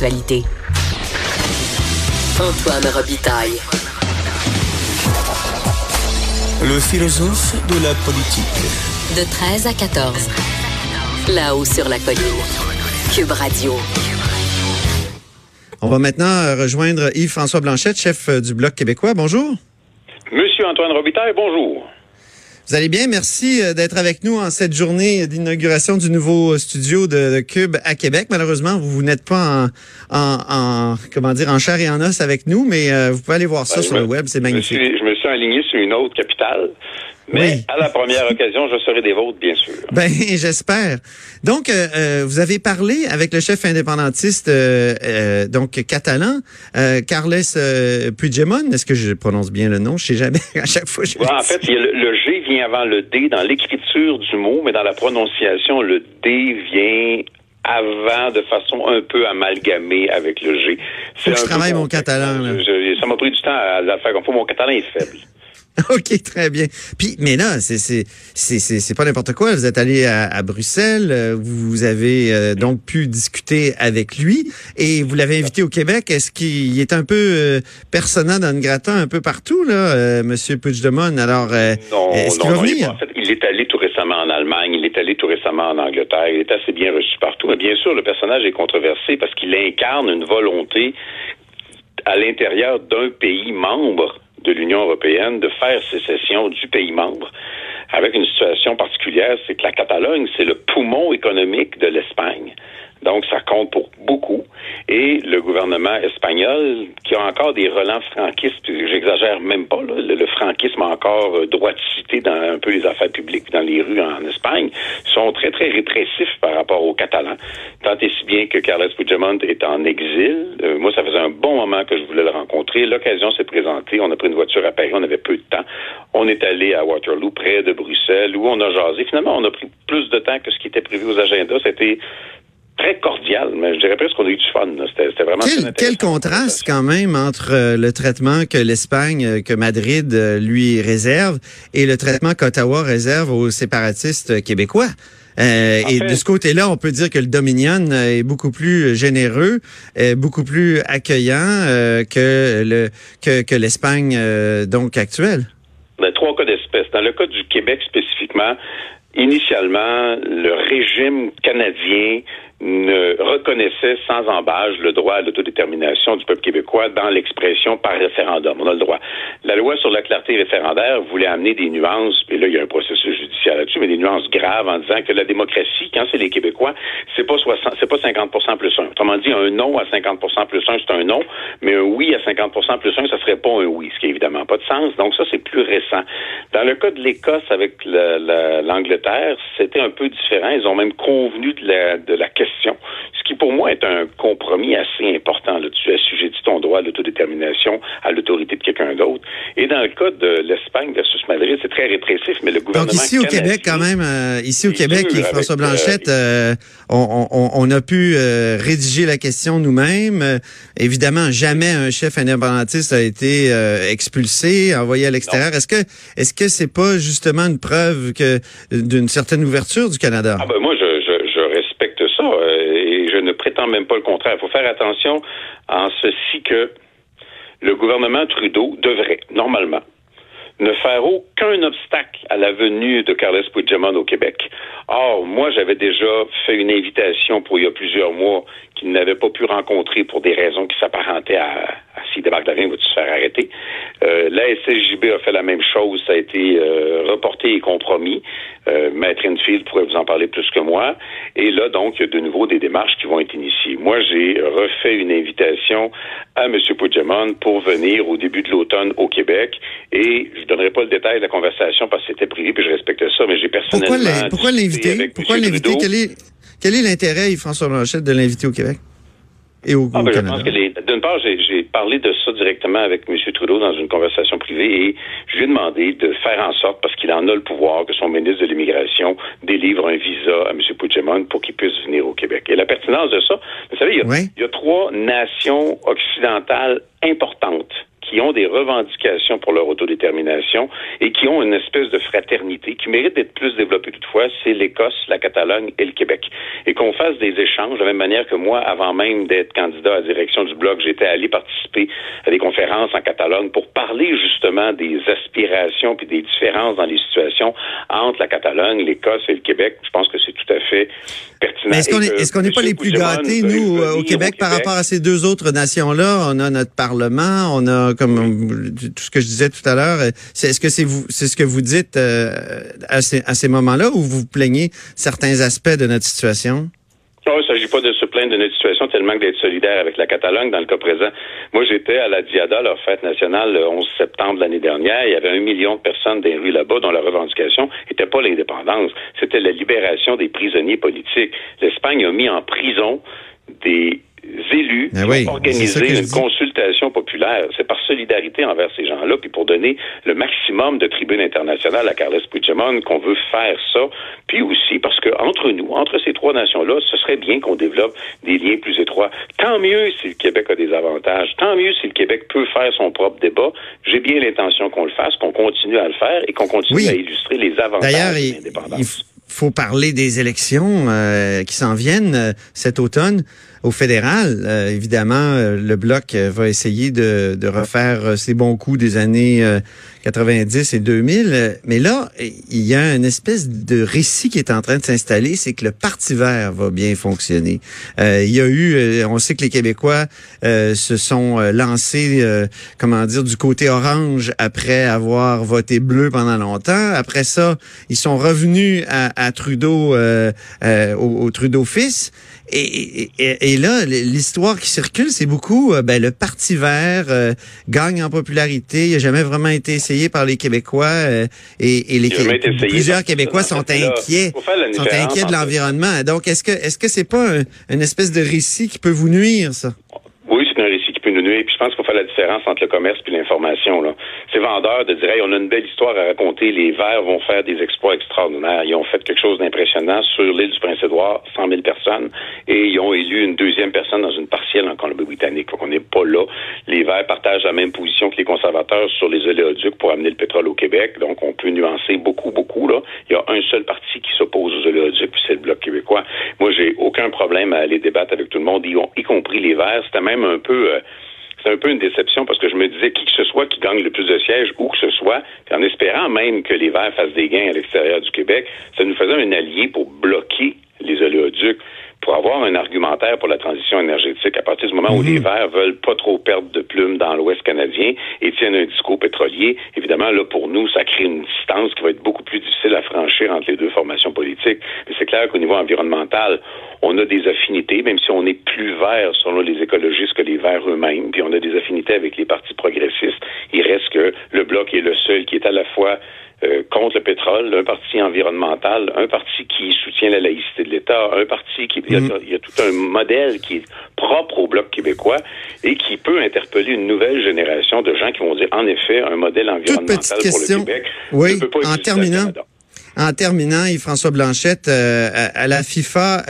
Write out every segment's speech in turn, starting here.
l'actualité. Antoine Robitaille. Le philosophe de la politique. De 13 à 14. Là-haut sur la colline. Cube Radio. On va maintenant rejoindre Yves-François Blanchette, chef du Bloc québécois. Bonjour. Monsieur Antoine Robitaille, bonjour. Vous allez bien? Merci d'être avec nous en cette journée d'inauguration du nouveau studio de Cube à Québec. Malheureusement, vous n'êtes pas en chair et en os avec nous, mais vous pouvez aller voir ça sur le web, c'est magnifique. Je me suis aligné sur une autre capitale, mais oui. À la première occasion, je serai des vôtres, bien sûr. Ben, j'espère. Donc, vous avez parlé avec le chef indépendantiste donc catalan, Carles Puigdemont. Est-ce que je prononce bien le nom? Je sais jamais. À chaque fois, en fait, il y a le G vient avant le D dans l'écriture du mot, mais dans la prononciation, le D vient avant de façon un peu amalgamée avec le G. Faut que je travaille mon catalan. Là. Ça m'a pris du temps à le faire. Mon catalan est faible. OK, très bien. Puis, mais là, c'est pas n'importe quoi. Vous êtes allé à Bruxelles, vous avez donc pu discuter avec lui et vous l'avez invité au Québec. Est-ce qu'il est un peu persona non grata un peu partout, là, Monsieur Puigdemont? Alors, est-ce qu'il va venir? En fait, il est allé tout récemment en Allemagne, il est allé tout récemment en Angleterre, il est assez bien reçu partout. Mais bien sûr, le personnage est controversé parce qu'il incarne une volonté à l'intérieur d'un pays membre de l'Union européenne de faire sécession du pays membre avec une situation particulière, c'est que la Catalogne, c'est le poumon économique de l'Espagne. Donc, ça compte pour beaucoup. Et le gouvernement espagnol, qui a encore des relents franquistes, j'exagère même pas, là, le franquisme a encore droit de cité dans un peu les affaires publiques, dans les rues en Espagne, sont très, très répressifs par rapport aux Catalans. Tant et si bien que Carles Puigdemont est en exil. Moi, ça faisait un bon moment que je voulais le rencontrer. L'occasion s'est présentée. On a pris une voiture à Paris. On avait peu de temps. On est allé à Waterloo, près de Bruxelles, où on a jasé. Finalement, on a pris plus de temps que ce qui était prévu aux agendas. C'était très cordial, mais je dirais presque qu'on a eu du fun. C'était vraiment quel contraste quand même entre le traitement que l'Espagne, que Madrid lui réserve et le traitement qu'Ottawa réserve aux séparatistes québécois. Et de ce côté-là, on peut dire que le Dominion est beaucoup plus généreux, beaucoup plus accueillant que l'Espagne donc actuelle. Trois cas d'espèce. Dans le cas du Québec spécifiquement, initialement, le régime canadien ne reconnaissait sans embâche le droit à l'autodétermination du peuple québécois dans l'expression par référendum. On a le droit. La loi sur la clarté référendaire voulait amener des nuances, et là, il y a un processus judiciaire là-dessus, mais des nuances graves en disant que la démocratie, quand c'est les Québécois, c'est pas 50% plus 1. Autrement dit, un non à 50% plus 1, c'est un non, mais un oui à 50% plus 1, ça serait pas un oui, ce qui n'a évidemment pas de sens. Donc ça, c'est plus récent. Dans le cas de l'Écosse avec l'Angleterre, c'était un peu différent. Ils ont même convenu de la question. Ce qui, pour moi, est un compromis assez important. Là. Tu assujettis ton droit à l'autodétermination à l'autorité de quelqu'un d'autre. Et dans le cas de l'Espagne versus Madrid, c'est très répressif, mais le gouvernement donc ici au Québec, quand même, ici au Québec, François Blanchette, on a pu rédiger la question nous-mêmes. Évidemment, jamais un chef indépendantiste a été expulsé, envoyé à l'extérieur. Non. Est-ce que c'est pas justement une preuve d'une certaine ouverture du Canada? Ah ben moi, je respecte ça et je ne prétends même pas le contraire. Il faut faire attention en ceci que le gouvernement Trudeau devrait, normalement, ne faire aucun obstacle à la venue de Carles Puigdemont au Québec. Or, moi, j'avais déjà fait une invitation pour il y a plusieurs mois qu'il n'avait pas pu rencontrer pour des raisons qui s'apparentaient à s'il débarque d'avion, il va se faire arrêter. La SLJB a fait la même chose, ça a été reporté et compromis. Maître Enfield pourrait vous en parler plus que moi. Et là, donc, il y a de nouveau des démarches qui vont être initiées. Moi, j'ai refait une invitation à M. Puigdemont pour venir au début de l'automne au Québec. Et je ne donnerai pas le détail de la conversation parce que c'était privé, puis je respecte ça, mais j'ai personnellement... Pourquoi l'inviter? Pourquoi l'inviter? Quel est l'intérêt, François Blanchette, de l'inviter au Québec? Et au Canada? Je pense que d'une part, j'ai parlé de ça directement avec M. Trudeau dans une conversation privée et je lui ai demandé de faire en sorte, parce qu'il en a le pouvoir, que son ministre de l'Immigration délivre un visa à M. Puigdemont pour qu'il puisse venir au Québec. Et la pertinence de ça, vous savez, il y a 3 nations occidentales importantes qui qui ont des revendications pour leur autodétermination et qui ont une espèce de fraternité qui mérite d'être plus développée toutefois, c'est l'Écosse, la Catalogne et le Québec. Et qu'on fasse des échanges de la même manière que moi, avant même d'être candidat à la direction du Bloc, j'étais allé participer à des conférences en Catalogne pour parler justement des aspirations puis des différences dans les situations entre la Catalogne, l'Écosse et le Québec. Je pense que c'est tout à fait pertinent. Mais est-ce qu'on n'est pas les plus gâtés, nous, au Québec, par rapport à ces deux autres nations-là? On a notre Parlement, on a, comme tout ce que je disais tout à l'heure, est-ce que c'est ce que vous dites à ces moments-là, ou vous plaignez certains aspects de notre situation? Non, il ne s'agit pas de se plaindre de notre situation, tellement que d'être solidaire avec la Catalogne dans le cas présent. Moi, j'étais à la Diada, leur fête nationale, le 11 septembre de l'année dernière. Il y avait 1 million de personnes dans les rues là-bas dont la revendication n'était pas l'indépendance, c'était la libération des prisonniers politiques. L'Espagne a mis en prison des élus qui ont organisé une consultation populaire. C'est par solidarité envers ces gens-là, puis pour donner le maximum de tribune internationale à Carles Puigdemont qu'on veut faire ça, puis aussi parce que entre nous, entre ces trois nations-là, ce serait bien qu'on développe des liens plus étroits. Tant mieux si le Québec a des avantages, tant mieux si le Québec peut faire son propre débat. J'ai bien l'intention qu'on le fasse, qu'on continue à le faire et qu'on continue à illustrer les avantages de l'indépendance. Il faut parler des élections qui s'en viennent cet automne. Au fédéral, évidemment, le Bloc va essayer de refaire ses bons coups des années 90 et 2000. Mais là, il y a une espèce de récit qui est en train de s'installer, c'est que le Parti vert va bien fonctionner. Il y a eu, on sait que les Québécois se sont lancés, du côté orange après avoir voté bleu pendant longtemps. Après ça, ils sont revenus à Trudeau, au Trudeau-fils. Et là, l'histoire qui circule, c'est beaucoup, le Parti vert gagne en popularité. Il n'a jamais vraiment été essayé par les Québécois plusieurs Québécois sont inquiets de l'environnement. Donc, est-ce que c'est pas une espèce de récit qui peut vous nuire, ça? Oui, c'est un récit qui peut nous nuire. Puis je pense qu'il faut faire la différence entre le commerce et l'information. Là. C'est vendeur de dire, hey, on a une belle histoire à raconter. Les Verts vont faire des exploits extraordinaires. Ils ont fait quelque chose d'impressionnant sur l'île du Prince-Édouard, 100 000 personnes, et ils ont élu une deuxième personne dans une partielle en Colombie-Britannique. Donc on n'est pas là. Les Verts partagent la même position que les conservateurs sur les oléoducs pour amener le pétrole au Québec. Donc on peut nuancer beaucoup, là. Il y a un seul parti qui s'oppose aux oléoducs, puis c'est le Bloc québécois. Moi, j'ai aucun problème à aller débattre avec tout le monde, y compris les Verts. C'était même un peu une déception parce que je me disais qui que ce soit qui gagne le plus de sièges, où que ce soit, puis en espérant même que les Verts fassent des gains à l'extérieur du Québec, ça nous faisait un allié pour bloquer les oléoducs, pour avoir un argumentaire pour la transition énergétique. À partir du moment où les Verts veulent pas trop perdre de plumes dans l'Ouest canadien et tiennent un discours pétrolier, évidemment, là, pour nous, ça crée une distance qui va être beaucoup plus difficile à franchir entre les deux formations politiques. Mais c'est clair qu'au niveau environnemental, on a des affinités, même si on est plus vert selon les écologistes que les Verts eux-mêmes, puis on a des affinités avec les partis progressistes. Il reste que le Bloc est le seul qui est à la fois contre le pétrole, un parti environnemental, un parti qui soutient la laïcité de l'État, un parti qui... Il y a tout un modèle qui est propre au Bloc québécois et qui peut interpeller une nouvelle génération de gens qui vont dire, en effet, un modèle environnemental pour le Québec ne peut pas exister au Canada. En terminant, Yves-François Blanchette, à la FIFA,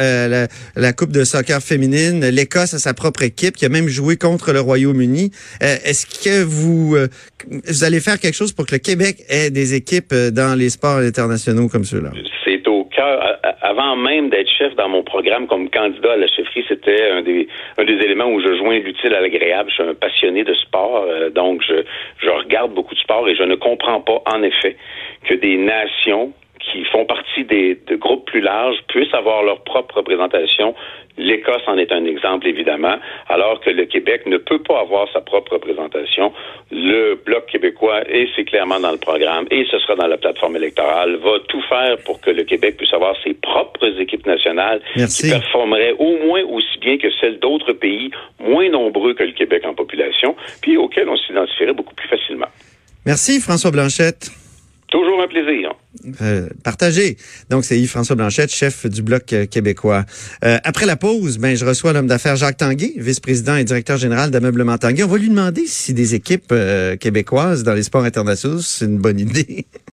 la Coupe de soccer féminine, l'Écosse a sa propre équipe qui a même joué contre le Royaume-Uni. Est-ce que vous allez faire quelque chose pour que le Québec ait des équipes dans les sports internationaux comme ceux-là? C'est au cœur. Avant même d'être chef dans mon programme comme candidat à la chefferie, c'était un des éléments où je joins l'utile à l'agréable. Je suis un passionné de sport, donc je regarde beaucoup de sport et je ne comprends pas, en effet, que des nations qui font partie de groupes plus larges puissent avoir leur propre représentation. L'Écosse en est un exemple, évidemment, alors que le Québec ne peut pas avoir sa propre représentation. Le Bloc québécois, et c'est clairement dans le programme, et ce sera dans la plateforme électorale, va tout faire pour que le Québec puisse avoir ses propres équipes nationales qui performeraient au moins aussi bien que celles d'autres pays moins nombreux que le Québec en population, puis auxquels on s'identifierait beaucoup plus facilement. Merci, François Blanchette. Toujours un plaisir. Partagé. Donc, c'est Yves-François Blanchette, chef du Bloc québécois. Après la pause, je reçois l'homme d'affaires Jacques Tanguay, vice-président et directeur général d'Ameublement Tanguay. On va lui demander si des équipes québécoises dans les sports internationaux, c'est une bonne idée.